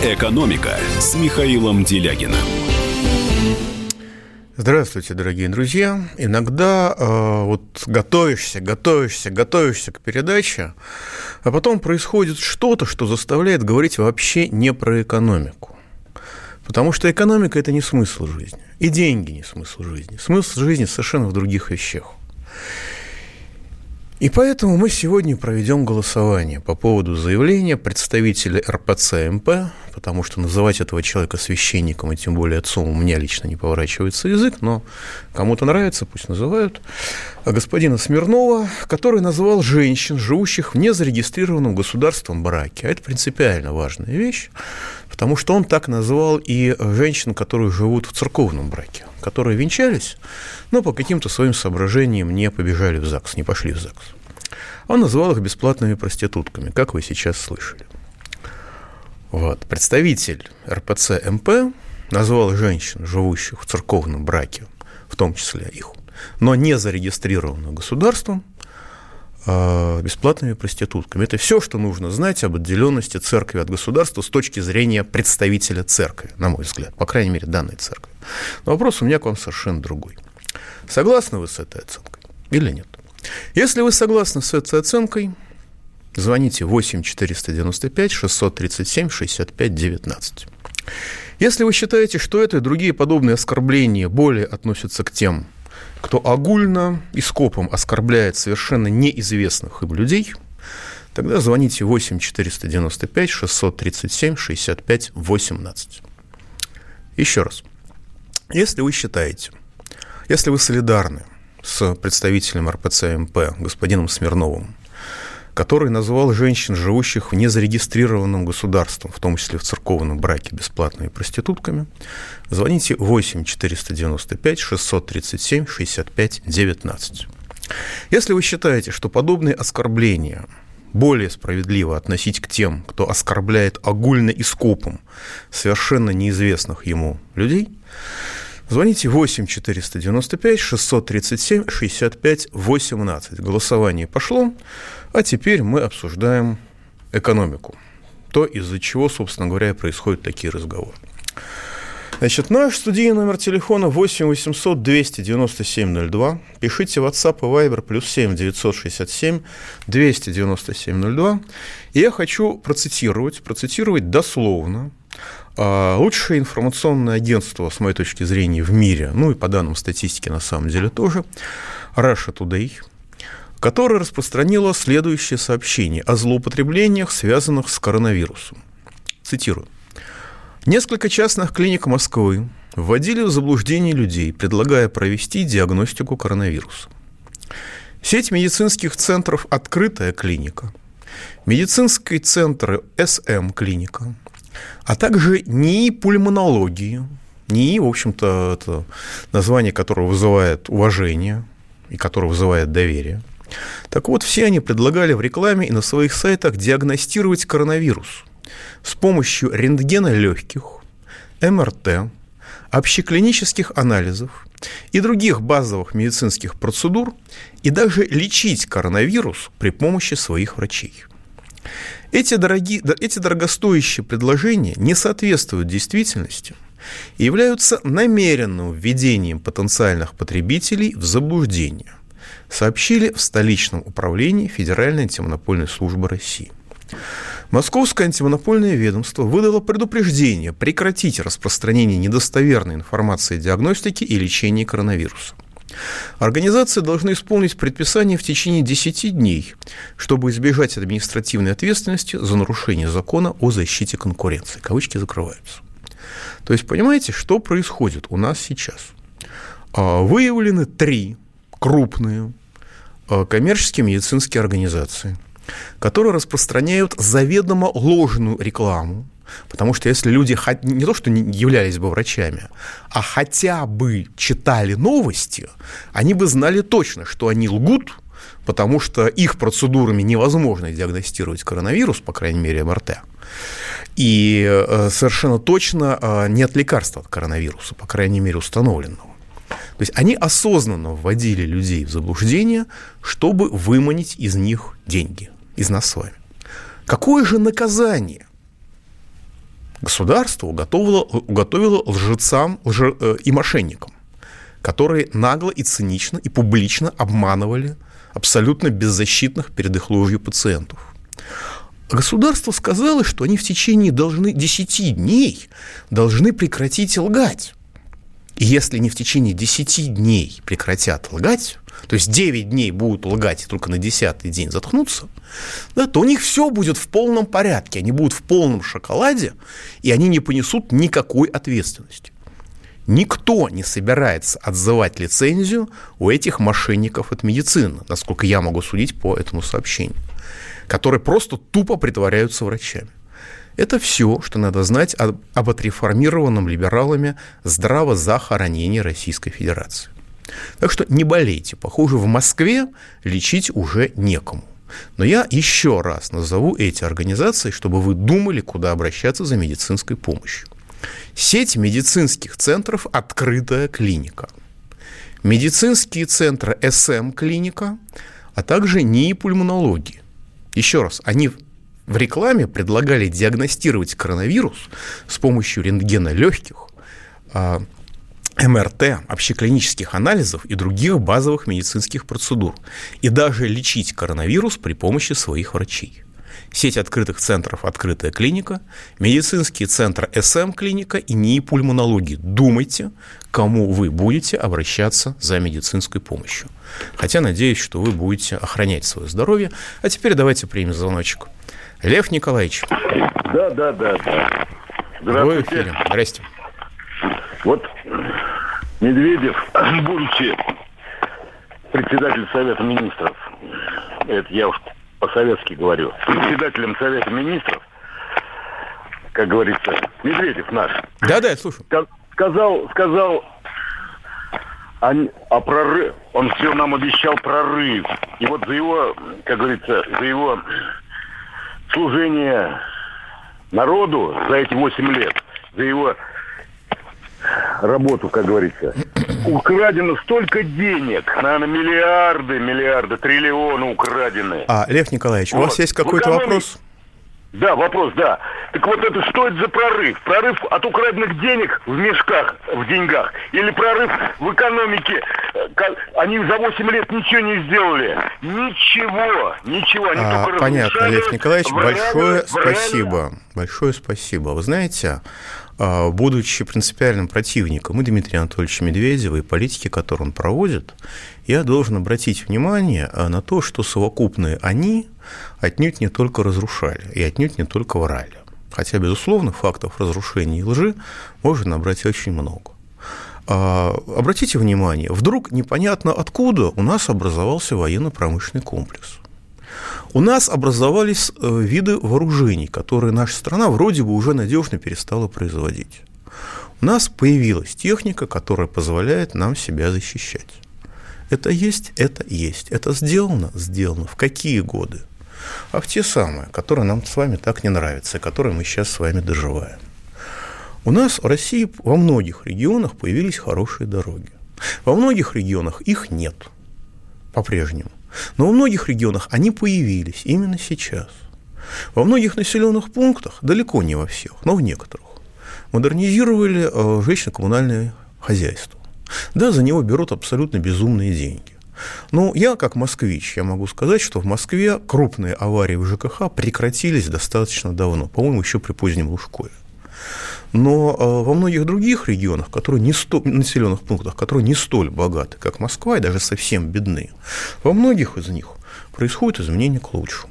«Экономика» с Михаилом Делягиным. Здравствуйте, дорогие друзья. Иногда готовишься к передаче, а потом происходит что-то, что заставляет говорить вообще не про экономику. Потому что экономика – это не смысл жизни, и деньги не смысл жизни. Смысл жизни совершенно в других вещах. И поэтому мы сегодня проведем голосование по поводу заявления представителя РПЦ-МП, потому что называть этого человека священником, и тем более отцом, у меня лично не поворачивается язык, но кому-то нравится, пусть называют, господина Смирнова, который назвал женщин, живущих в незарегистрированном государством браке. А это принципиально важная вещь, потому что он так назвал и женщин, которые живут в церковном браке, которые венчались, но по каким-то своим соображениям не побежали в ЗАГС, не пошли в ЗАГС. Он назвал их бесплатными проститутками, как вы сейчас слышали. Представитель РПЦ-МП назвал женщин, живущих в церковном браке, в том числе их, но не зарегистрированных государством, бесплатными проститутками. Это все, что нужно знать об отделенности церкви от государства с точки зрения представителя церкви, на мой взгляд, по крайней мере, данной церкви. Но вопрос у меня к вам совершенно другой. Согласны вы с этой оценкой или нет? Если вы согласны с этой оценкой, звоните 8-495-637-65-19. Если вы считаете, что это и другие подобные оскорбления более относятся к тем, кто огульно и скопом оскорбляет совершенно неизвестных им людей, тогда звоните 8-495-637-65-18. Еще раз. Если вы считаете, если вы солидарны с представителем РПЦ-МП, господином Смирновым, который назвал женщин, живущих в незарегистрированном государстве, в том числе в церковном браке, бесплатными проститутками, звоните 8-495-637-65-19. Если вы считаете, что подобные оскорбления более справедливо относить к тем, кто оскорбляет огульно и скопом совершенно неизвестных ему людей, звоните 8-495-637-65-18. Голосование пошло, а теперь мы обсуждаем экономику. То, из-за чего, собственно говоря, происходят такие разговоры. Наш студийный номер телефона 8 800 297 02. Пишите в WhatsApp и Viber +7 967 297 02. И я хочу процитировать дословно лучшее информационное агентство, с моей точки зрения, в мире, ну и по данным статистики на самом деле тоже, Russia Today, которое распространило следующее сообщение о злоупотреблениях, связанных с коронавирусом. Цитирую. Несколько частных клиник Москвы вводили в заблуждение людей, предлагая провести диагностику коронавируса. Сеть медицинских центров «Открытая клиника», медицинские центры СМ-клиника, а также НИИ пульмонологии, НИИ, в общем-то, это название которого вызывает уважение и которое вызывает доверие. Так вот, все они предлагали в рекламе и на своих сайтах диагностировать коронавирус с помощью рентгена легких, МРТ, общеклинических анализов и других базовых медицинских процедур и даже лечить коронавирус при помощи своих врачей. Эти дорогостоящие предложения не соответствуют действительности и являются намеренным введением потенциальных потребителей в заблуждение, сообщили в столичном управлении Федеральной антимонопольной службы России. Московское антимонопольное ведомство выдало предупреждение прекратить распространение недостоверной информации о диагностике и лечении коронавируса. Организации должны исполнить предписание в течение 10 дней, чтобы избежать административной ответственности за нарушение закона о защите конкуренции. Кавычки закрываются. То есть, понимаете, что происходит у нас сейчас? Выявлены 3 крупные коммерческие медицинские организации, которые распространяют заведомо ложную рекламу, потому что если люди не то что не являлись бы врачами, а хотя бы читали новости, они бы знали точно, что они лгут, потому что их процедурами невозможно диагностировать коронавирус, по крайней мере, МРТ, и совершенно точно нет лекарства от коронавируса, по крайней мере, установленного. То есть они осознанно вводили людей в заблуждение, чтобы выманить из них деньги, из нас с вами. Какое же наказание государство уготовило лжецам и мошенникам, которые нагло и цинично и публично обманывали абсолютно беззащитных перед их ложью пациентов. Государство сказало, что они в течение 10 дней должны прекратить лгать. И если они в течение 10 дней прекратят лгать, то есть 9 дней будут лгать и только на 10-й день заткнутся, да, то у них все будет в полном порядке, они будут в полном шоколаде, и они не понесут никакой ответственности. Никто не собирается отзывать лицензию у этих мошенников от медицины, насколько я могу судить по этому сообщению, которые просто тупо притворяются врачами. Это все, что надо знать об отреформированном либералами здравозахоронении Российской Федерации. Так что не болейте. Похоже, в Москве лечить уже некому. Но я еще раз назову эти организации, чтобы вы думали, куда обращаться за медицинской помощью. Сеть медицинских центров «Открытая клиника», медицинские центры СМ-клиника, а также НИИ пульмонологии. Еще раз, они в рекламе предлагали диагностировать коронавирус с помощью рентгена легких, МРТ, общеклинических анализов и других базовых медицинских процедур, и даже лечить коронавирус при помощи своих врачей. Сеть открытых центров «Открытая клиника», медицинские центры СМ-клиника и НИИ пульмонологии. Думайте, кому вы будете обращаться за медицинской помощью. Хотя надеюсь, что вы будете охранять свое здоровье. А теперь давайте примем звоночек. Лев Николаевич. Да. Вы в эфире. Здрасте. Вот Медведев, будучи председателем Совета Министров, это я уж по-советски говорю, председателем Совета Министров, как говорится, Медведев наш. Да, я слушаю. Сказал о прорыве. Он все нам обещал прорыв. И вот за его, как говорится, за его служение народу за эти 8 лет, за его работу, как говорится, украдено столько денег, наверное, миллиарды, триллионы украдены. Лев Николаевич, у вас есть какой-то вопрос? Да, вопрос, да. Так вот это что это за прорыв? Прорыв от украденных денег в мешках, в деньгах? Или прорыв в экономике? Они за 8 лет ничего не сделали. Ничего. Они только понятно, Лев Николаевич, большое спасибо. Вы знаете, будучи принципиальным противником и Дмитрия Анатольевича Медведева, и политики, которую он проводит, я должен обратить внимание на то, что совокупные они отнюдь не только разрушали и отнюдь не только врали. Хотя, безусловно, фактов разрушения и лжи можно набрать очень много. Обратите внимание, вдруг непонятно откуда у нас образовался военно-промышленный комплекс. У нас образовались виды вооружений, которые наша страна вроде бы уже надежно перестала производить. У нас появилась техника, которая позволяет нам себя защищать. Это есть. Это сделано. В какие годы? А в те самые, которые нам с вами так не нравятся, которые мы сейчас с вами доживаем. У нас в России во многих регионах появились хорошие дороги. Во многих регионах их нет по-прежнему. Но во многих регионах они появились именно сейчас. Во многих населенных пунктах, далеко не во всех, но в некоторых, модернизировали жилищно-коммунальное хозяйство. Да, за него берут абсолютно безумные деньги. Но я, как москвич, я могу сказать, что в Москве крупные аварии в ЖКХ прекратились достаточно давно, по-моему, еще при позднем Лужкове. Но во многих других регионах, населенных пунктах, которые не столь богаты, как Москва, и даже совсем бедны, во многих из них происходит изменение к лучшему.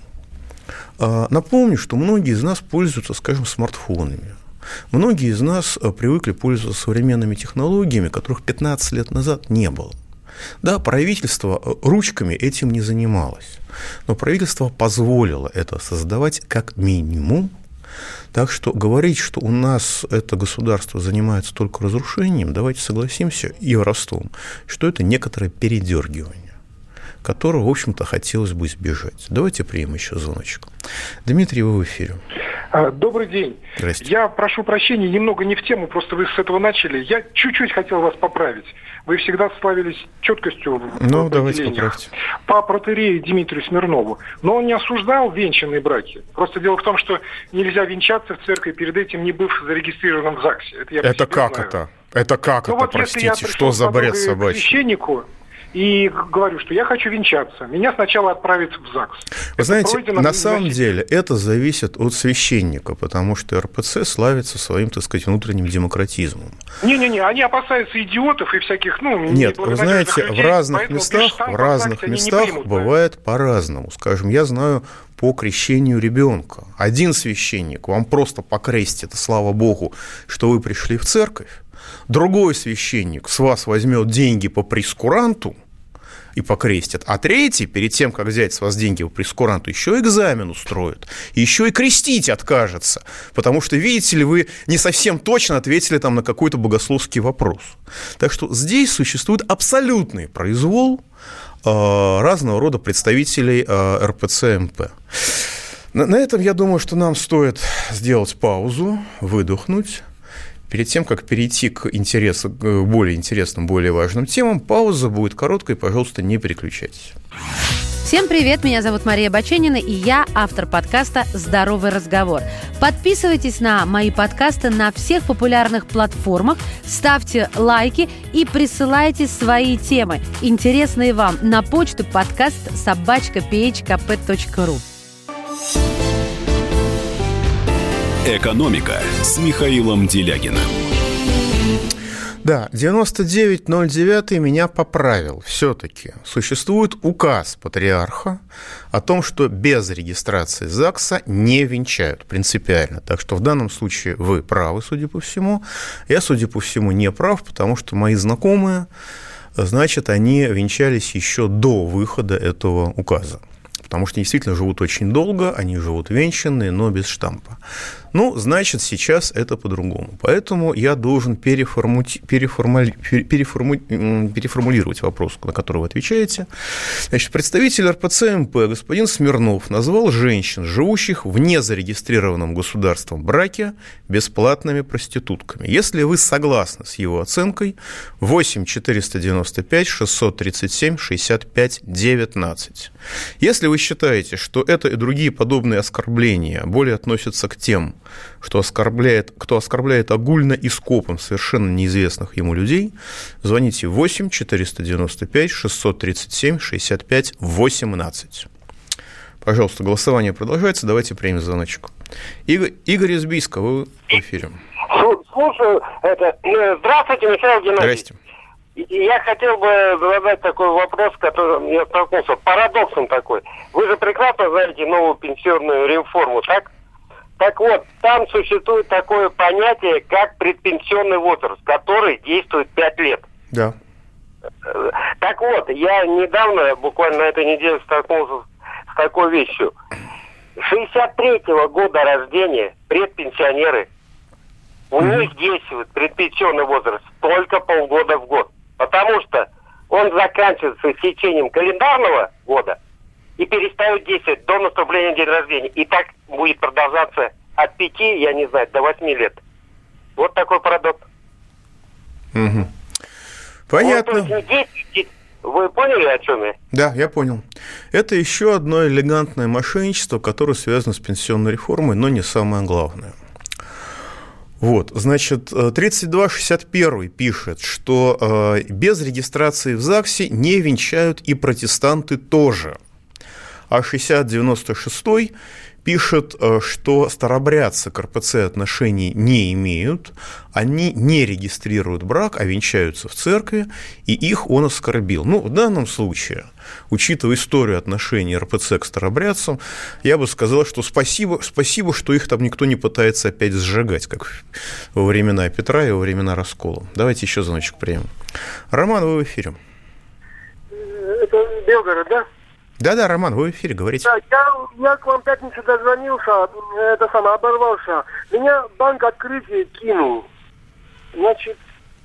Напомню, что многие из нас пользуются, скажем, смартфонами. Многие из нас привыкли пользоваться современными технологиями, которых 15 лет назад не было. Да, правительство ручками этим не занималось, но правительство позволило это создавать как минимум. Так что говорить, что у нас это государство занимается только разрушением, давайте согласимся и воровством, что это некоторое передергивание, которого, в общем-то, хотелось бы избежать. Давайте примем еще звоночек. Дмитрий, вы в эфире. Добрый день. Здрасте. Я прошу прощения, немного не в тему, просто вы с этого начали. Я чуть-чуть хотел вас поправить. Вы всегда славились четкостью в давайте определениях. поправьте. По протоиерею Дмитрию Смирнову. Но он не осуждал венчанные браки. Просто дело в том, что нельзя венчаться в церкви, перед этим не быв зарегистрированным в ЗАГСе. Это как это? Это как это, простите? Что за бред собачий? К священнику и говорю, что я хочу венчаться. Меня сначала отправят в ЗАГС. Вы знаете, на самом деле это зависит от священника, потому что РПЦ славится своим, так сказать, внутренним демократизмом. Не-не-не, они опасаются идиотов и всяких, Нет, вы знаете, людей, в разных местах бывает по-разному. Скажем, я знаю по крещению ребенка. Один священник вам просто покрестит, и слава богу, что вы пришли в церковь. Другой священник с вас возьмет деньги по прескуранту и покрестит, а третий, перед тем, как взять с вас деньги по прескуранту, еще экзамен устроит, еще и крестить откажется, потому что, видите ли, вы не совсем точно ответили там на какой-то богословский вопрос. Так что здесь существует абсолютный произвол разного рода представителей РПЦ-МП. На этом, я думаю, что нам стоит сделать паузу, выдохнуть. Перед тем, как перейти к более интересным, более важным темам, пауза будет короткой, пожалуйста, не переключайтесь. Всем привет, меня зовут Мария Баченина, и я автор подкаста «Здоровый разговор». Подписывайтесь на мои подкасты на всех популярных платформах, ставьте лайки и присылайте свои темы, интересные вам, на почту podcast@phkp.ru. «Экономика» с Михаилом Делягиным. Да, 9909 меня поправил. Все-таки существует указ патриарха о том, что без регистрации ЗАГСа не венчают принципиально. Так что в данном случае вы правы, судя по всему. Я, судя по всему, не прав, потому что мои знакомые, значит, они венчались еще до выхода этого указа. Потому что действительно живут очень долго, они живут венчанные, но без штампа. Значит, сейчас это по-другому. Поэтому я должен переформулировать вопрос, на который вы отвечаете. Значит, представитель РПЦ-МП господин Смирнов назвал женщин, живущих в незарегистрированном государством браке, бесплатными проститутками. Если вы согласны с его оценкой, 8 495 637 65 19. Если вы считаете, что это и другие подобные оскорбления более относятся к тем, кто оскорбляет огульно и скопом совершенно неизвестных ему людей, звоните 8 495 637 65 18. Пожалуйста, голосование продолжается. Давайте примем звоночек. Игорь из Бийска, вы в эфире. Слушаю. Здравствуйте, Михаил Геннадьевич. Здрасте. Я хотел бы задать такой вопрос, который я столкнулся. Парадоксом такой. Вы же прекрасно знаете новую пенсионную реформу, так? Так вот, там существует такое понятие, как предпенсионный возраст, который действует 5 лет. Да. Так вот, я недавно, буквально на этой неделе, столкнулся с такой вещью. 63-го года рождения предпенсионеры, у них действует предпенсионный возраст только полгода в год. Потому что он заканчивается с течением календарного года и перестает действовать до наступления дня рождения. И так будет продолжаться от 5, я не знаю, до 8 лет. Вот такой парадокс. Угу. Понятно. Вы поняли, о чем я? Да, я понял. Это еще одно элегантное мошенничество, которое связано с пенсионной реформой, но не самое главное. Вот, значит, 3261 пишет, что без регистрации в ЗАГСе не венчают и протестанты тоже. А 6096 пишет, что старобрядцы к РПЦ отношений не имеют, они не регистрируют брак, а венчаются в церкви, и их он оскорбил. В данном случае, учитывая историю отношений РПЦ к старобрядцам, я бы сказал, что спасибо, что их там никто не пытается опять сжигать, как во времена Петра и во времена раскола. Давайте еще звоночек примем. Роман, вы в эфире. Это Белгород, да? Да, Роман, вы в эфире, говорите. Да, я к вам в пятницу дозвонился, оборвался. Меня банк открытие кинул. Значит...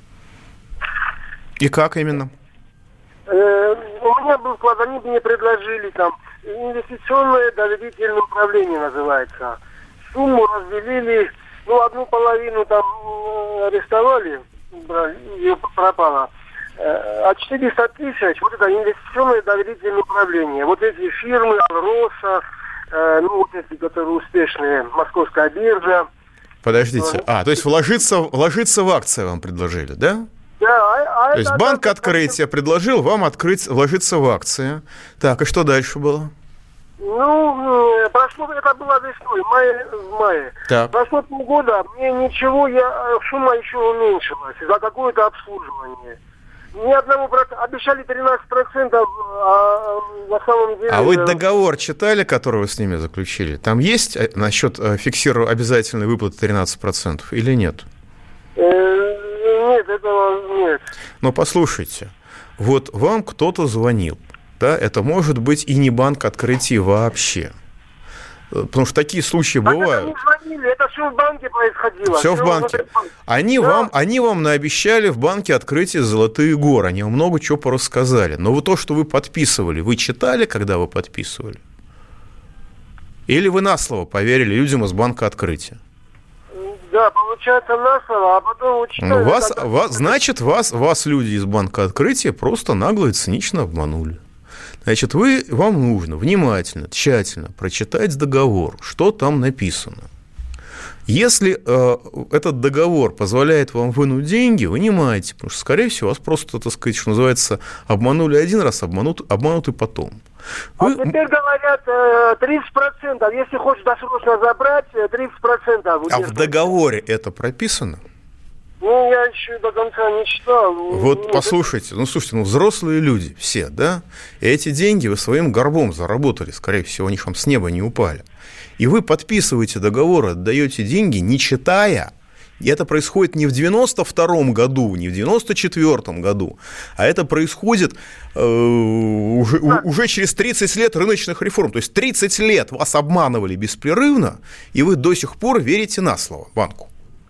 И как именно? У меня был вклад, они мне предложили там инвестиционное доверительное управление называется. сумму разделили, одну половину там арестовали, ее пропало, а 400 тысяч, вот это инвестиционное доверительное управление. Вот эти фирмы, Алроса, вот эти, которые успешные, Московская биржа. Подождите, то есть вложиться в акции вам предложили, да? Да, то есть банк Открытие предложил вам вложиться в акции. Так, и что дальше было? Прошло, это было весной, в мае. Так. Прошло полгода, мне ничего, сумма еще уменьшилась за какое-то обслуживание. Ни одного обещали 13%, а на самом деле... А вы договор читали, который вы с ними заключили? Там есть насчет обязательной выплаты 13% или нет? Нет, этого нет. Но послушайте, вот вам кто-то звонил, да, это может быть и не банк Открытие вообще. Потому что такие случаи бывают. Это не звонили, это все в банке происходило. Все в банке. Они вам наобещали в банке Открытие золотые горы. Они вам много чего порассказали. Но вот то, что вы подписывали, вы читали, когда вы подписывали? Или вы на слово поверили людям из банка Открытие? Да, получается на слово, а потом учитали... Значит, вас люди из банка Открытие просто нагло и цинично обманули. Значит, вам нужно внимательно, тщательно прочитать договор, что там написано. Если этот договор позволяет вам вынуть деньги, вынимайте, потому что, скорее всего, вас просто, так сказать, что называется, обманули один раз, обмануты потом. Теперь говорят 30%, если хочешь досрочно забрать, 30%. А в договоре это прописано? Я еще до конца не читал. Вот послушайте, взрослые люди все, да? И эти деньги вы своим горбом заработали, скорее всего, они вам с неба не упали. И вы подписываете договор, отдаете деньги, не читая. И это происходит не в 92-м году, не в 94-м году, а это происходит уже через 30 лет рыночных реформ. То есть 30 лет вас обманывали беспрерывно, и вы до сих пор верите на слово банку.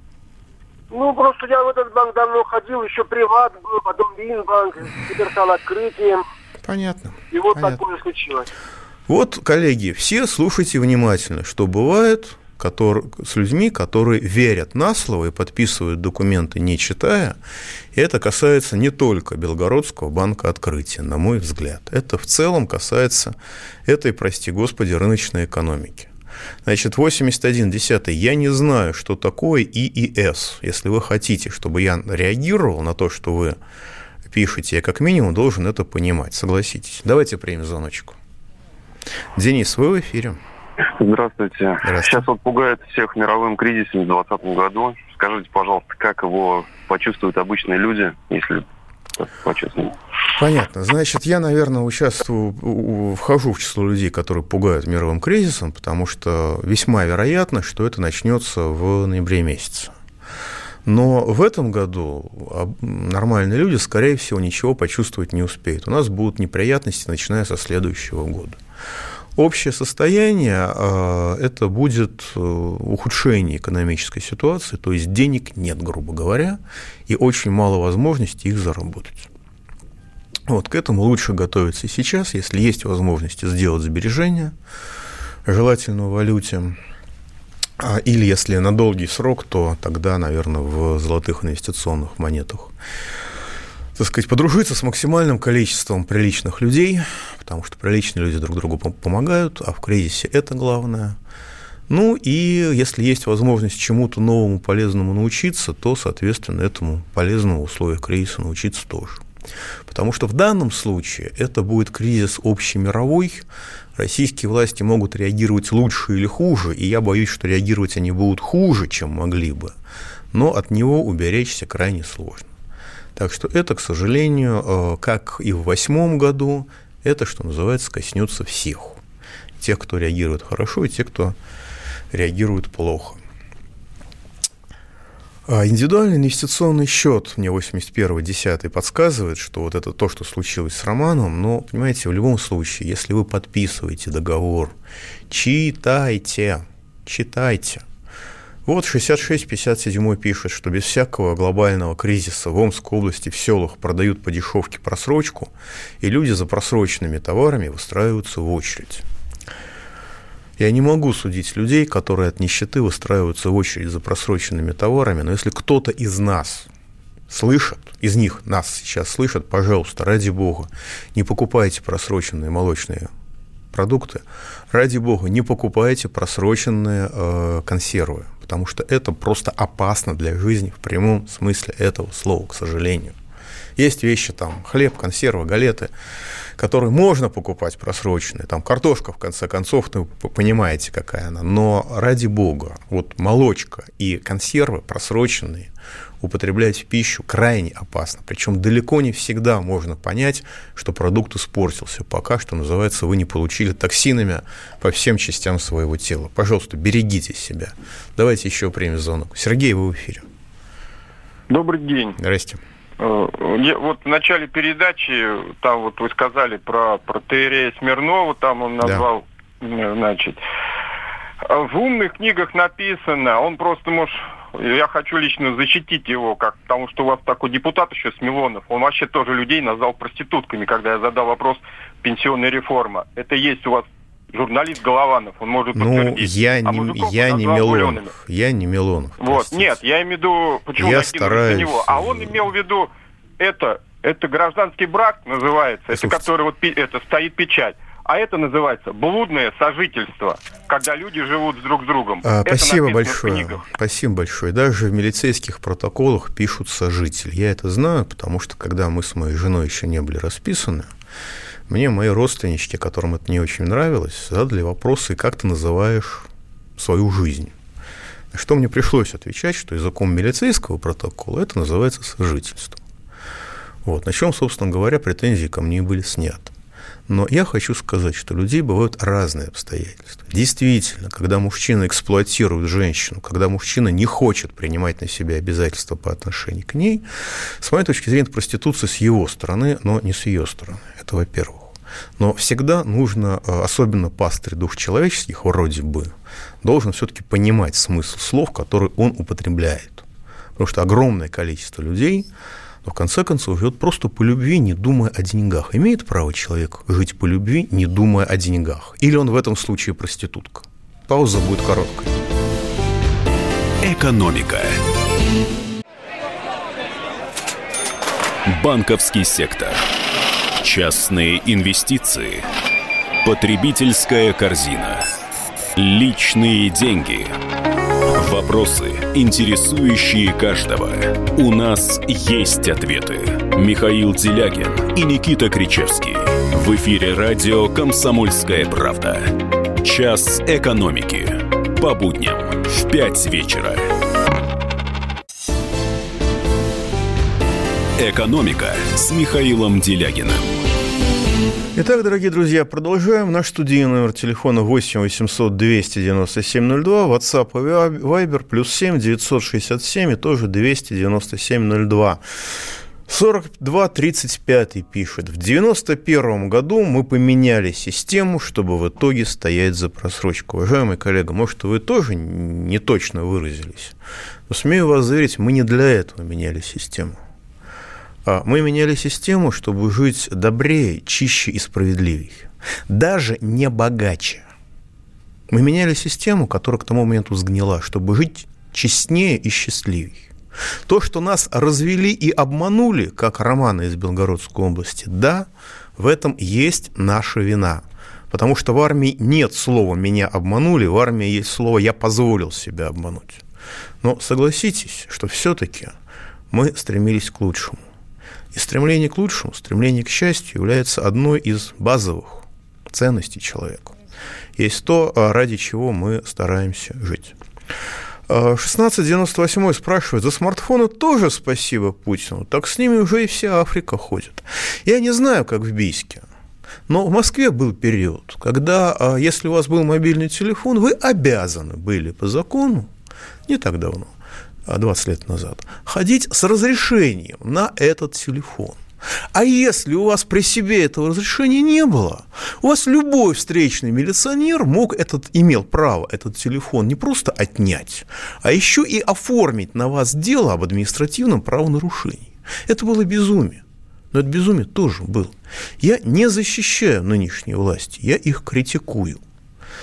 Просто я в этот банк давно ходил, еще Приват был, потом Минбанк, теперь стал Открытием. Понятно. И вот такое случилось. Вот, коллеги, все слушайте внимательно, что бывает с людьми, которые верят на слово и подписывают документы, не читая. И это касается не только Белгородского банка Открытия, на мой взгляд. Это в целом касается этой, прости господи, рыночной экономики. Значит, 8110. Я не знаю, что такое ИИС. Если вы хотите, чтобы я реагировал на то, что вы пишете, я как минимум должен это понимать. Согласитесь. Давайте примем звоночку. Денис, вы в эфире. Здравствуйте. Сейчас пугает всех мировым кризисом в 2020 году. Скажите, пожалуйста, как его почувствуют обычные люди, если почувствуют? Понятно. Значит, я, наверное, вхожу в число людей, которые пугают мировым кризисом, потому что весьма вероятно, что это начнется в ноябре месяце. Но в этом году нормальные люди, скорее всего, ничего почувствовать не успеют. У нас будут неприятности, начиная со следующего года. Общее состояние – это будет ухудшение экономической ситуации, то есть денег нет, грубо говоря, и очень мало возможностей их заработать. Вот к этому лучше готовиться сейчас, если есть возможность сделать сбережения, желательно в валюте, или если на долгий срок, то тогда, наверное, в золотых инвестиционных монетах. Так сказать, подружиться с максимальным количеством приличных людей, потому что приличные люди друг другу помогают, а в кризисе это главное. Ну и если есть возможность чему-то новому, полезному научиться, то, соответственно, этому полезному в условиях кризиса научиться тоже. Потому что в данном случае это будет кризис общемировой, российские власти могут реагировать лучше или хуже, и я боюсь, что реагировать они будут хуже, чем могли бы, но от него уберечься крайне сложно. Так что это, к сожалению, как и в 2008 году, это, что называется, коснется всех. Тех, кто реагирует хорошо, и тех, кто реагирует плохо. Индивидуальный инвестиционный счет, мне 81.10 подсказывает, что вот это то, что случилось с Романовым, но, понимаете, в любом случае, если вы подписываете договор, читайте. Вот 6657 пишет, что без всякого глобального кризиса в Омской области в селах продают по дешевке просрочку, и люди за просроченными товарами выстраиваются в очередь. Я не могу судить людей, которые от нищеты выстраиваются в очередь за просроченными товарами, но если кто-то из нас слышит, из них нас сейчас слышат, пожалуйста, ради бога, не покупайте просроченные молочные продукты, ради бога, не покупайте просроченные консервы, потому что это просто опасно для жизни в прямом смысле этого слова, к сожалению. Есть вещи, там, хлеб, консервы, галеты, которые можно покупать просроченные, там, картошка, в конце концов, вы понимаете, какая она, но ради бога, вот молочка и консервы просроченные употреблять в пищу крайне опасно, причем далеко не всегда можно понять, что продукт испортился, пока, что называется, вы не получили токсинами по всем частям своего тела. Пожалуйста, берегите себя. Давайте еще примем звонок. Сергей, вы в эфире. Добрый день. Здрасте. Вот в начале передачи, там вот вы сказали про протоиерея Смирнова, там он назвал, значит, в умных книгах написано, он просто, может, я хочу лично защитить его, потому что у вас такой депутат еще Смилонов, он вообще тоже людей назвал проститутками, когда я задал вопрос пенсионной реформы. Это есть у вас журналист Голованов, он может подтвердить. Я не Милонов. Вот, нет, я имею в виду, почему накинулись на него. А он имел в виду, это гражданский брак называется, это который вот это стоит печать. А это называется блудное сожительство, когда люди живут друг с другом. Спасибо большое. Спасибо большое. Даже в милицейских протоколах пишут сожитель. Я это знаю, потому что когда мы с моей женой еще не были расписаны, мне мои родственнички, которым это не очень нравилось, задали вопросы, как ты называешь свою жизнь. На что мне пришлось отвечать, что языком милицейского протокола это называется сожительство. Вот. На чем, собственно говоря, претензии ко мне были сняты. Но я хочу сказать, что у людей бывают разные обстоятельства. Действительно, когда мужчина эксплуатирует женщину, когда мужчина не хочет принимать на себя обязательства по отношению к ней, с моей точки зрения, это проституция с его стороны, но не с ее стороны. Это во-первых. Но всегда нужно, особенно пастырь душ человеческих, вроде бы, должен все-таки понимать смысл слов, которые он употребляет. Потому что огромное количество людей, но в конце концов, живет просто по любви, не думая о деньгах. Имеет право человек жить по любви, не думая о деньгах? Или он в этом случае проститутка? Пауза будет короткой. Экономика. Банковский сектор. Частные инвестиции. Потребительская корзина. Личные деньги. Вопросы, интересующие каждого. У нас есть ответы. Михаил Делягин и Никита Кричевский. В эфире радио «Комсомольская правда». Час экономики. По будням в 5 вечера. «Экономика» с Михаилом Делягиным. Итак, дорогие друзья, продолжаем. Наш студийный номер телефона 8 800 297 02, WhatsApp и Viber +7 967 и тоже 297 02. 4235 пишет: в 91 году мы поменяли систему, чтобы в итоге стоять за просрочку. Уважаемый коллега, может, вы тоже не точно выразились, но смею вас заверить, мы не для этого меняли систему. Мы меняли систему, чтобы жить добрее, чище и справедливее. Даже не богаче. Мы меняли систему, которая к тому моменту сгнила, чтобы жить честнее и счастливее. То, что нас развели и обманули, как Романа из Белгородской области, да, в этом есть наша вина. Потому что в армии нет слова «меня обманули», в армии есть слово «я позволил себя обмануть». Но согласитесь, что все-таки мы стремились к лучшему. И стремление к лучшему, стремление к счастью является одной из базовых ценностей человека. Есть то, ради чего мы стараемся жить. 1698 спрашивает: за смартфоны тоже спасибо Путину, так с ними уже и вся Африка ходит. Я не знаю, как в Бийске, но в Москве был период, когда, если у вас был мобильный телефон, вы обязаны были по закону, не так давно, 20 лет назад, ходить с разрешением на этот телефон. А если у вас при себе этого разрешения не было, у вас любой встречный милиционер имел право этот телефон не просто отнять, а еще и оформить на вас дело об административном правонарушении. Это было безумие. Но это безумие тоже было. Я не защищаю нынешние власти, я их критикую.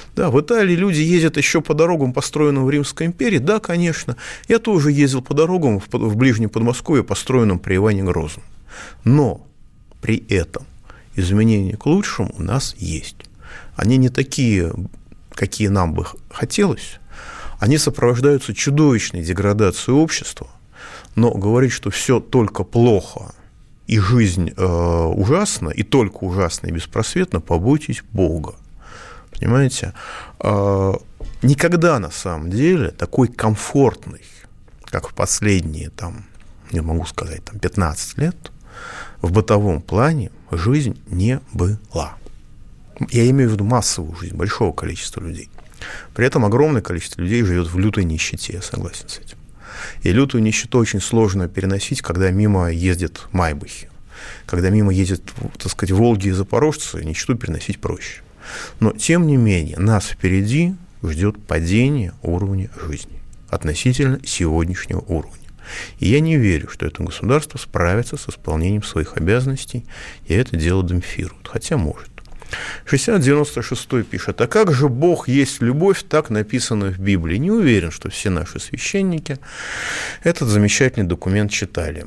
Да, в Италии люди ездят еще по дорогам, построенным в Римской империи. Да, конечно. Я тоже ездил по дорогам в Ближнем Подмосковье, построенным при Иване Грозном. Но при этом изменения к лучшему у нас есть. Они не такие, какие нам бы хотелось. Они сопровождаются чудовищной деградацией общества. Но говорить, что все только плохо и жизнь ужасна, и только ужасна и беспросветна, побойтесь Бога. Понимаете? Никогда на самом деле такой комфортный, как в последние, не могу сказать, 15 лет, в бытовом плане жизнь не была. Я имею в виду массовую жизнь большого количества людей. При этом огромное количество людей живет в лютой нищете, я согласен с этим. И лютую нищету очень сложно переносить, когда мимо ездят майбахи. Когда мимо ездят, так сказать, волги и запорожцы, нищету переносить проще. Но, тем не менее, нас впереди ждет падение уровня жизни относительно сегодняшнего уровня. И я не верю, что это государство справится с исполнением своих обязанностей, и это дело демпфирует, хотя может. 6096 пишет: а как же Бог есть любовь, так написано в Библии? Не уверен, что все наши священники этот замечательный документ читали.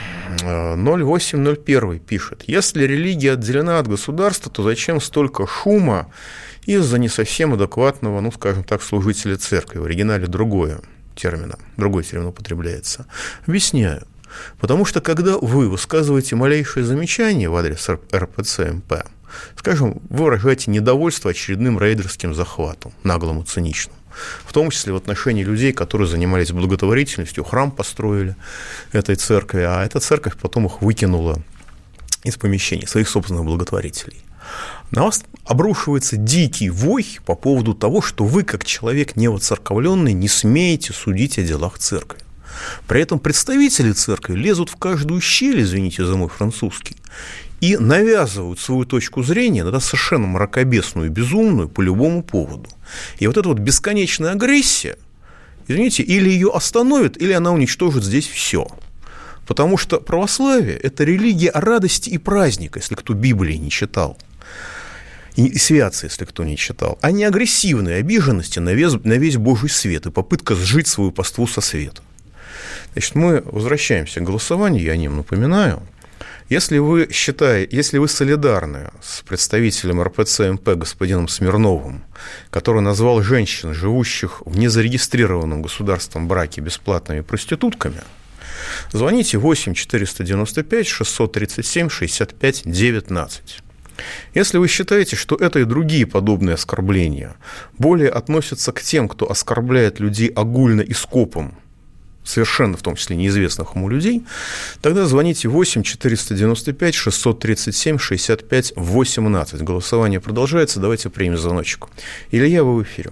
0801 пишет: если религия отделена от государства, то зачем столько шума из-за не совсем адекватного, скажем так, служителя церкви? В оригинале другой термин употребляется. Объясняю. Потому что, когда вы высказываете малейшее замечание в адрес РПЦ-МП, скажем, вы выражаете недовольство очередным рейдерским захватом, наглым и циничным, в том числе в отношении людей, которые занимались благотворительностью, храм построили этой церкви, а эта церковь потом их выкинула из помещений своих собственных благотворителей. На вас обрушивается дикий вой по поводу того, что вы, как человек невоцерковленный, не смеете судить о делах церкви. При этом представители церкви лезут в каждую щель, извините за мой французский, и навязывают свою точку зрения, иногда совершенно мракобесную и безумную, по любому поводу. И вот эта бесконечная агрессия, извините, или ее остановит, или она уничтожит здесь все. Потому что православие – это религия радости и праздника, если кто Библии не читал, и святцы, если кто не читал, а не агрессивной обиженности на весь Божий свет и попытка сжить свою паству со света. Значит, мы возвращаемся к голосованию, я о нем напоминаю. Если вы солидарны с представителем РПЦ-МП господином Смирновым, который назвал женщин, живущих в незарегистрированном государством браке, бесплатными проститутками, звоните 8-495-637-65-19. Если вы считаете, что это и другие подобные оскорбления более относятся к тем, кто оскорбляет людей огульно и скопом, совершенно в том числе неизвестных ему людей, тогда звоните 8-495-637-65-18. Голосование продолжается. Давайте примем звоночек. Илья, вы в эфире.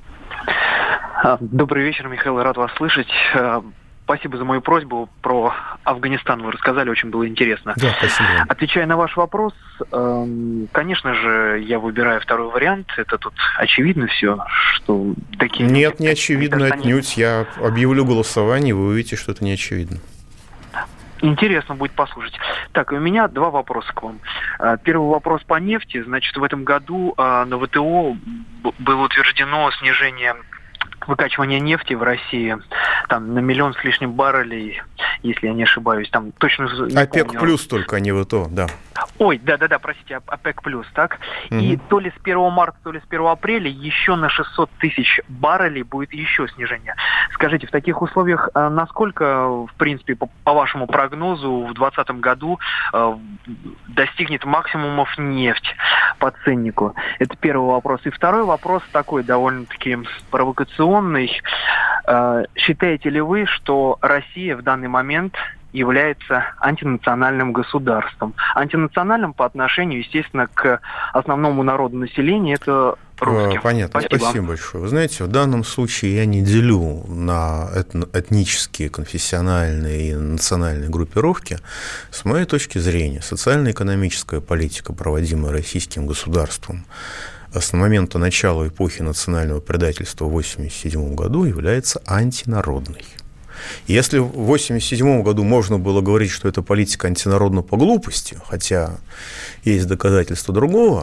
Добрый вечер, Михаил, рад вас слышать. Спасибо за мою просьбу. Про Афганистан вы рассказали, очень было интересно. Да, спасибо. Отвечая на ваш вопрос, конечно же, я выбираю второй вариант. Это тут очевидно все, что такие... Нет, не очевидно отнюдь. Я объявлю голосование, вы увидите, что это не очевидно. Интересно будет послушать. Так, у меня два вопроса к вам. Первый вопрос по нефти. Значит, в этом году на ВТО было утверждено снижение выкачивания нефти в России там на 1 миллион с лишним баррелей, если я не ошибаюсь, там точно не ОПЕК помню. плюс только, не ВТО, да. Ой, да, простите, ОПЕК плюс, так? Угу. И то ли с 1 марта, то ли с 1 апреля еще на 600 тысяч баррелей будет еще снижение. Скажите, в таких условиях насколько, в принципе, по вашему прогнозу, в 2020 году достигнет максимумов нефть по ценнику? Это первый вопрос. И второй вопрос такой довольно-таки провокационный. Считаете ли вы, что Россия в данный момент является антинациональным государством? Антинациональным по отношению, естественно, к основному народу населения, это русских. Понятно, спасибо большое. Вы знаете, в данном случае я не делю на этнические, конфессиональные и национальные группировки. С моей точки зрения, социально-экономическая политика, проводимая российским государством с момента начала эпохи национального предательства в 1987 году, является антинародной. Если в 1987 году можно было говорить, что это политика антинародна по глупости, хотя есть доказательства другого,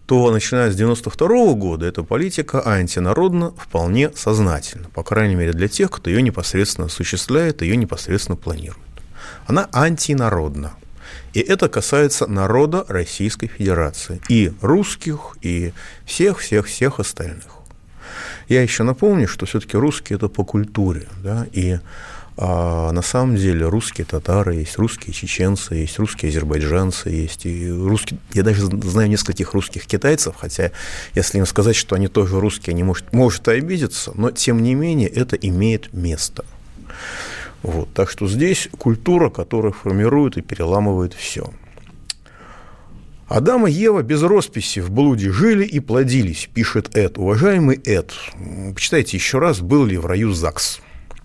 то, начиная с 1992 года, эта политика антинародна вполне сознательно, по крайней мере, для тех, кто ее непосредственно осуществляет, ее непосредственно планирует. Она антинародна. И это касается народа Российской Федерации, и русских, и всех остальных. Я еще напомню, что все-таки русские – это по культуре, да, и на самом деле русские татары есть, русские чеченцы есть, русские азербайджанцы есть, и русские, я даже знаю нескольких русских китайцев, хотя если им сказать, что они тоже русские, они может и обидеться, но тем не менее это имеет место. Вот, так что здесь культура, которая формирует и переламывает все. Адам и Ева без росписи в блуде жили и плодились, пишет Эд. Уважаемый Эд, почитайте еще раз, был ли в раю ЗАГС.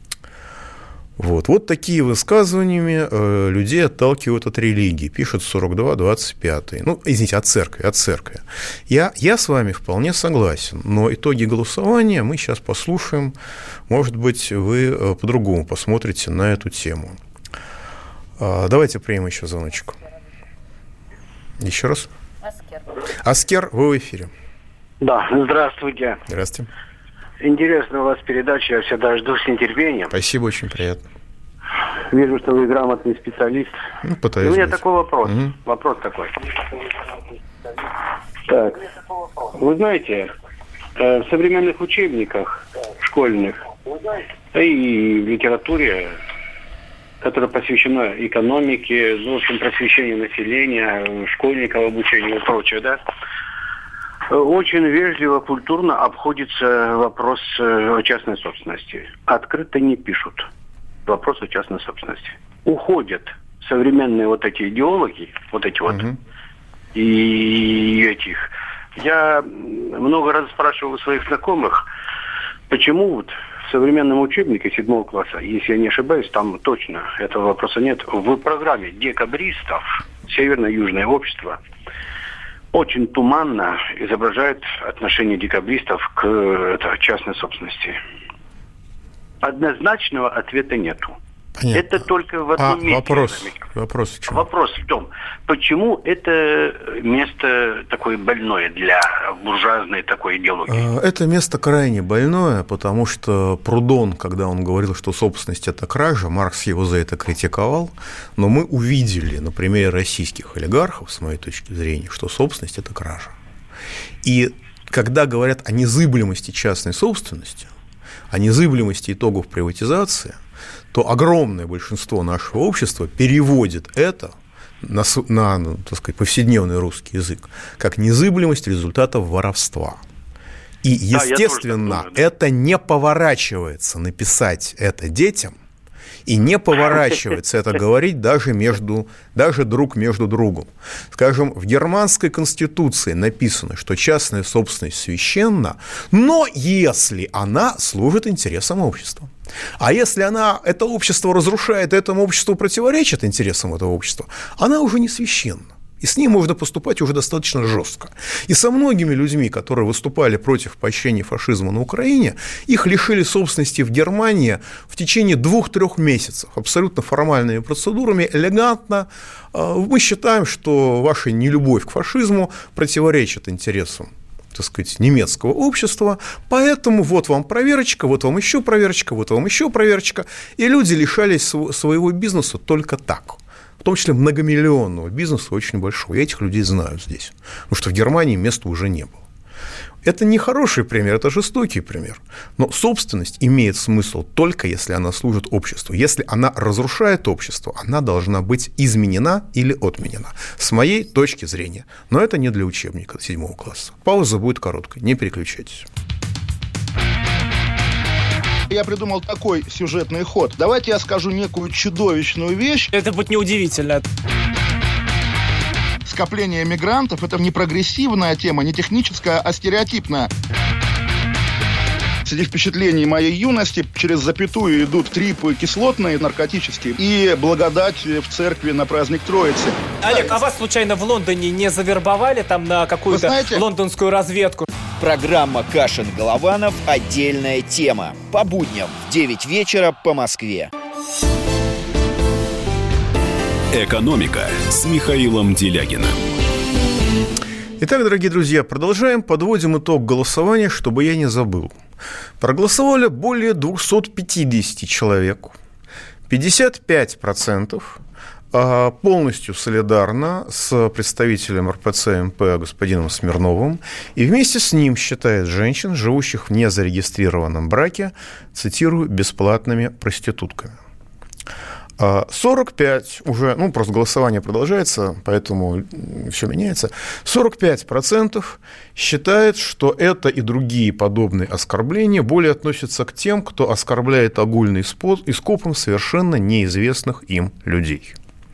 Вот такие высказываниями людей отталкивают от религии, пишет 42-25. Ну, извините, от церкви. Я с вами вполне согласен, но итоги голосования мы сейчас послушаем. Может быть, вы по-другому посмотрите на эту тему. Давайте примем еще звоночек. Еще раз. Аскер, вы в эфире. Да, здравствуйте. Здравствуйте. Интересная у вас передача, я всегда жду с нетерпением. Спасибо, очень приятно. Вижу, что вы грамотный специалист. Пытаюсь. У меня такой вопрос. Вопрос такой. Так, вы знаете, в современных учебниках школьных, и в литературе, которая посвящена экономике, в общем, просвещению населения, школьников, обучению и прочее, да, очень вежливо, культурно обходится вопрос о частной собственности. Открыто не пишут вопрос о частной собственности. Уходят современные вот эти идеологи, и этих. Я много раз спрашивал у своих знакомых, почему вот в современном учебнике 7 класса, если я не ошибаюсь, там точно этого вопроса нет, в программе декабристов Северно-Южное общество очень туманно изображает отношение декабристов к частной собственности. Однозначного ответа нету. Понятно. Это только в одном месте. Вопрос в чем? Вопрос в том, почему это место такое больное для буржуазной такой идеологии? Это место крайне больное, потому что Прудон, когда он говорил, что собственность – это кража, Маркс его за это критиковал, но мы увидели на примере российских олигархов, с моей точки зрения, что собственность – это кража. И когда говорят о незыблемости частной собственности, о незыблемости итогов приватизации, то огромное большинство нашего общества переводит это на, так сказать, повседневный русский язык как незыблемость результатов воровства. И, естественно, это не поворачивается написать это детям, и не поворачивается это говорить даже друг между другом. Скажем, в германской конституции написано, что частная собственность священна, но если она служит интересам общества. А если это общество разрушает, этому обществу противоречит интересам этого общества, она уже не священна. И с ней можно поступать уже достаточно жестко. И со многими людьми, которые выступали против поощрения фашизма на Украине, их лишили собственности в Германии в течение 2-3 месяцев. Абсолютно формальными процедурами, элегантно. Мы считаем, что ваша нелюбовь к фашизму противоречит интересам, так сказать, немецкого общества, поэтому вот вам проверочка, вот вам еще проверочка, вот вам еще проверочка. И люди лишались своего бизнеса только так. В том числе многомиллионного бизнеса, очень большого. Я этих людей знаю здесь, потому что в Германии места уже не было. Это не хороший пример, это жестокий пример. Но собственность имеет смысл только если она служит обществу. Если она разрушает общество, она должна быть изменена или отменена. С моей точки зрения. Но это не для учебника 7 класса. Пауза будет короткой, не переключайтесь. Я придумал такой сюжетный ход. Давайте я скажу некую чудовищную вещь. Это будет неудивительно. Скопление мигрантов – это не прогрессивная тема, не техническая, а стереотипная. Среди впечатлений моей юности через запятую идут трипы кислотные, наркотические, и благодать в церкви на праздник Троицы. Олег, а вас случайно в Лондоне не завербовали там на какую-то лондонскую разведку? Программа «Кашин-Голованов. Отдельная тема». По будням в 9 вечера по Москве. «Экономика» с Михаилом Делягиным. Итак, дорогие друзья, продолжаем, подводим итог голосования, чтобы я не забыл. Проголосовали более 250 человек, 55% полностью солидарно с представителем РПЦ-МП господином Смирновым, и вместе с ним считает женщин, живущих в незарегистрированном браке, цитирую, бесплатными проститутками. 45 уже, просто голосование продолжается, поэтому все меняется. 45% считает, что это и другие подобные оскорбления более относятся к тем, кто оскорбляет огульным скопом совершенно неизвестных им людей.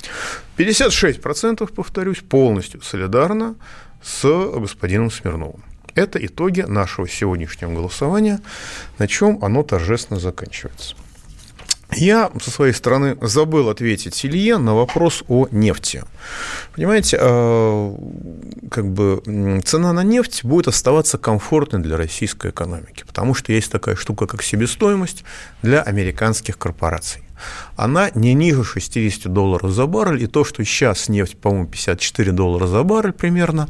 56%, повторюсь, полностью солидарно с господином Смирновым. Это итоги нашего сегодняшнего голосования, на чем оно торжественно заканчивается. Я, со своей стороны, забыл ответить Илье на вопрос о нефти. Понимаете, цена на нефть будет оставаться комфортной для российской экономики, потому что есть такая штука, как себестоимость для американских корпораций. Она не ниже $60 за баррель, и то, что сейчас нефть, по-моему, $54 за баррель примерно,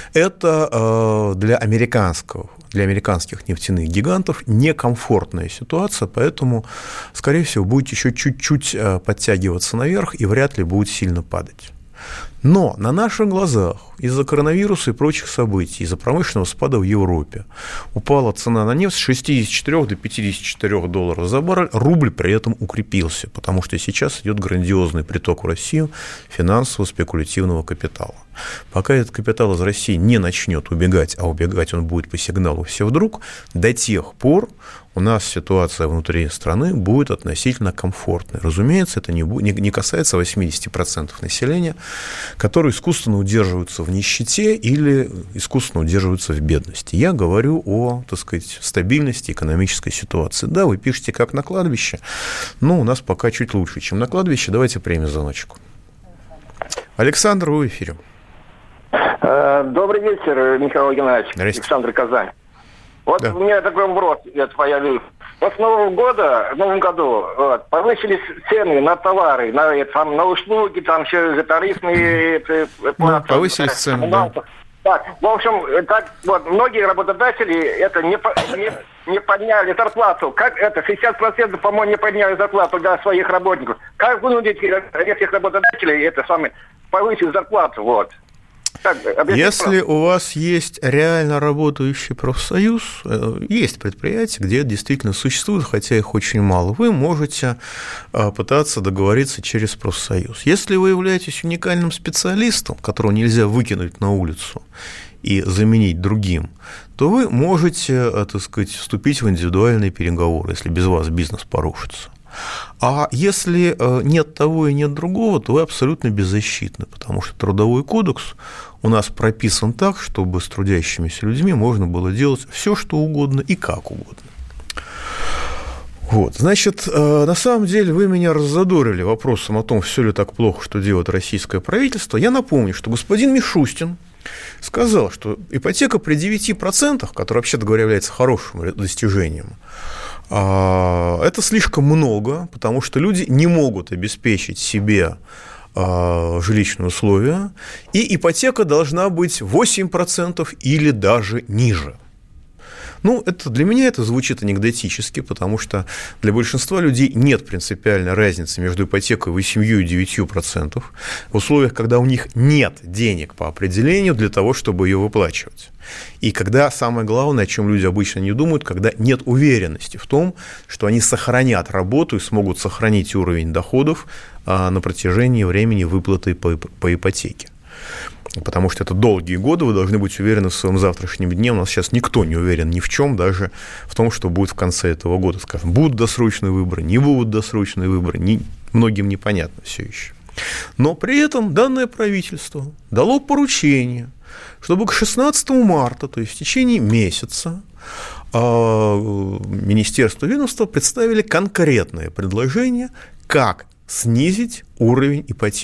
это для американских нефтяных гигантов некомфортная ситуация, поэтому, скорее всего, будет еще чуть-чуть подтягиваться наверх и вряд ли будет сильно падать. Но на наших глазах из-за коронавируса и прочих событий, из-за промышленного спада в Европе упала цена на нефть с $64 до $54 за баррель, рубль при этом укрепился, потому что сейчас идет грандиозный приток в Россию финансового спекулятивного капитала. Пока этот капитал из России не начнет убегать, а убегать он будет по сигналу «все вдруг», до тех пор у нас ситуация внутри страны будет относительно комфортной. Разумеется, это не касается 80% населения, которые искусственно удерживаются в нищете или искусственно удерживаются в бедности. Я говорю о, стабильности экономической ситуации. Да, вы пишете как на кладбище, но у нас пока чуть лучше, чем на кладбище. Давайте примем звоночку. Александр, вы в эфире. Добрый вечер, Михаил Геннадьевич. Александр, Казань. Вот да. У меня такой вопрос появился. Вот с Нового года, в Новом году повысились цены на товары, на услуги, там все тарифные платы. Повысились цены, да. Так, в общем, многие работодатели не подняли зарплату. Как это? 60%, по-моему, не подняли зарплату для своих работников. Как вынудить этих работодателей повысить зарплату? Если у вас есть реально работающий профсоюз, есть предприятия, где это действительно существует, хотя их очень мало, вы можете пытаться договориться через профсоюз. Если вы являетесь уникальным специалистом, которого нельзя выкинуть на улицу и заменить другим, то вы можете, вступить в индивидуальные переговоры, если без вас бизнес порушится. А если нет того и нет другого, то вы абсолютно беззащитны, потому что Трудовой кодекс у нас прописан так, чтобы с трудящимися людьми можно было делать все, что угодно и как угодно. Значит, на самом деле вы меня раззадорили вопросом о том, все ли так плохо, что делает российское правительство. Я напомню, что господин Мишустин сказал, что ипотека при 9%, которая, вообще-то говоря, является хорошим достижением, это слишком много, потому что люди не могут обеспечить себе жилищные условия, и ипотека должна быть 8% или даже ниже. Для меня это звучит анекдотически, потому что для большинства людей нет принципиальной разницы между ипотекой 8 и 9% в условиях, когда у них нет денег по определению для того, чтобы ее выплачивать. И когда, самое главное, о чем люди обычно не думают, когда нет уверенности в том, что они сохранят работу и смогут сохранить уровень доходов на протяжении времени выплаты по ипотеке. Потому что это долгие годы, вы должны быть уверены в своем завтрашнем дне. У нас сейчас никто не уверен ни в чем, даже в том, что будет в конце этого года. Скажем, будут досрочные выборы, не будут досрочные выборы, многим непонятно все еще. Но при этом данное правительство дало поручение, чтобы к 16 марта, то есть в течение месяца, министерство и ведомство представили конкретное предложение, как снизить уровень ипотеки.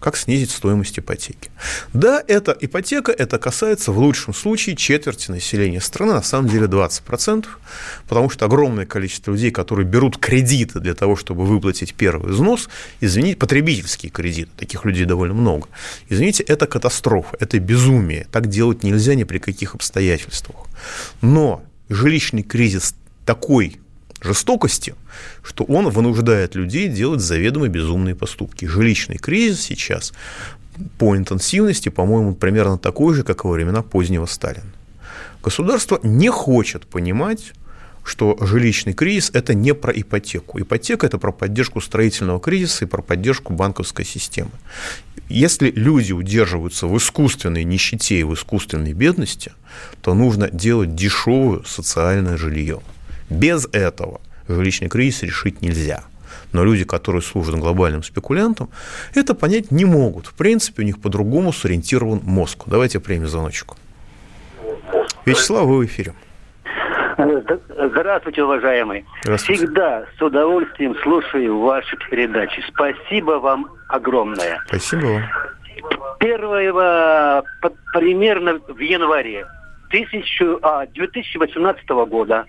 как снизить стоимость ипотеки. Да, эта ипотека, это касается в лучшем случае четверти населения страны, на самом деле 20%, потому что огромное количество людей, которые берут кредиты для того, чтобы выплатить первый взнос, извините, потребительские кредиты, таких людей довольно много, извините, это катастрофа, это безумие, так делать нельзя ни при каких обстоятельствах. Но жилищный кризис такой жестокости, что он вынуждает людей делать заведомо безумные поступки. Жилищный кризис сейчас по интенсивности, по-моему, примерно такой же, как во времена позднего Сталина. Государство не хочет понимать, что жилищный кризис – это не про ипотеку. Ипотека – это про поддержку строительного кризиса и про поддержку банковской системы. Если люди удерживаются в искусственной нищете и в искусственной бедности, то нужно делать дешевое социальное жилье. Без этого жилищный кризис решить нельзя. Но люди, которые служат глобальным спекулянтам, это понять не могут. В принципе, у них по-другому сориентирован мозг. Давайте примем звоночку. Вячеслав, вы в эфире. Здравствуйте, уважаемый. Здравствуйте. Всегда с удовольствием слушаю ваши передачи. Спасибо вам огромное. Спасибо вам. Первого, примерно в январе 2018 года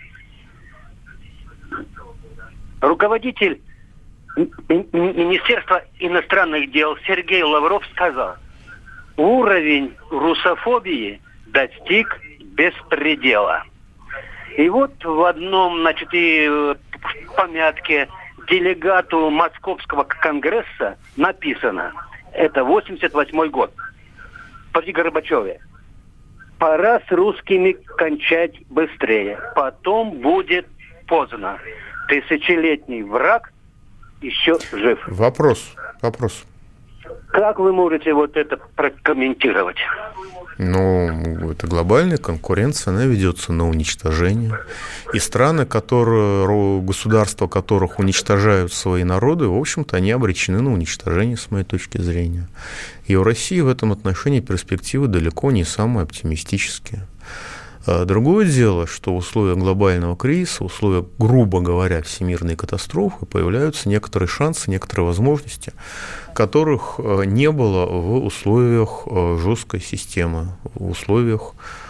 руководитель Министерства иностранных дел Сергей Лавров сказал: уровень русофобии достиг беспредела. И вот в одном, в помятке делегату Московского конгресса написано, это 88-й год, при Горбачеве: пора с русскими кончать быстрее, потом будет поздно. Тысячелетний враг еще жив. Вопрос. Как вы можете вот это прокомментировать? Ну, это глобальная конкуренция, она ведется на уничтожение. И страны, государства которых уничтожают свои народы, в общем-то, они обречены на уничтожение, с моей точки зрения. И у России в этом отношении перспективы далеко не самые оптимистические. Другое дело, что в условиях глобального кризиса, в условиях, грубо говоря, всемирной катастрофы, появляются некоторые шансы, некоторые возможности, которых не было в условиях жесткой системы, в условиях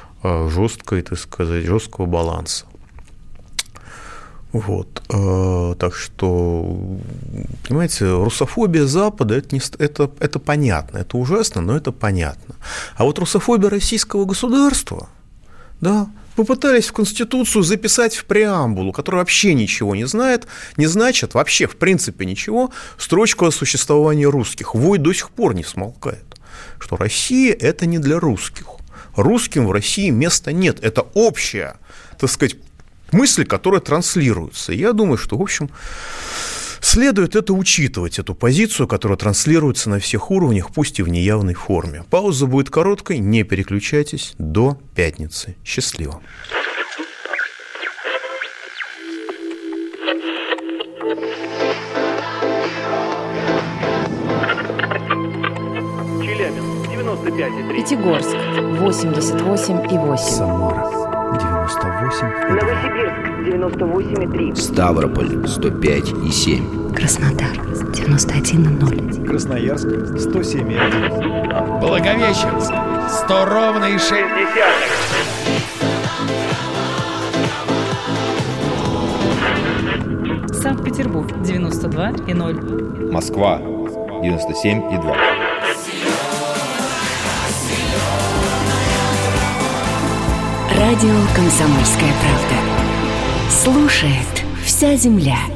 жесткого баланса. Вот. Так что, понимаете, русофобия Запада это понятно, это ужасно, но это понятно. А вот русофобия российского государства, да, попытались в Конституцию записать в преамбулу, которая вообще ничего не значит, вообще в принципе ничего, строчку о существовании русских. Вой до сих пор не смолкает, что Россия – это не для русских. Русским в России места нет. Это общая, так сказать, мысль, которая транслируется. И я думаю, что, в общем, следует это учитывать, эту позицию, которая транслируется на всех уровнях, пусть и в неявной форме. Пауза будет короткой, не переключайтесь, до пятницы. Счастливо. Челябинск, 95,3. Пятигорск, 88,8. Самара, 98,2. Новосибирск, 98,3. Ставрополь, 105,7. Краснодар, 91,0. Красноярск, 107,1. Благовещенск, 100 ровно и 6. Санкт-Петербург, 92,0. Москва, 97,2. Радио «Комсомольская правда». Слушает вся земля.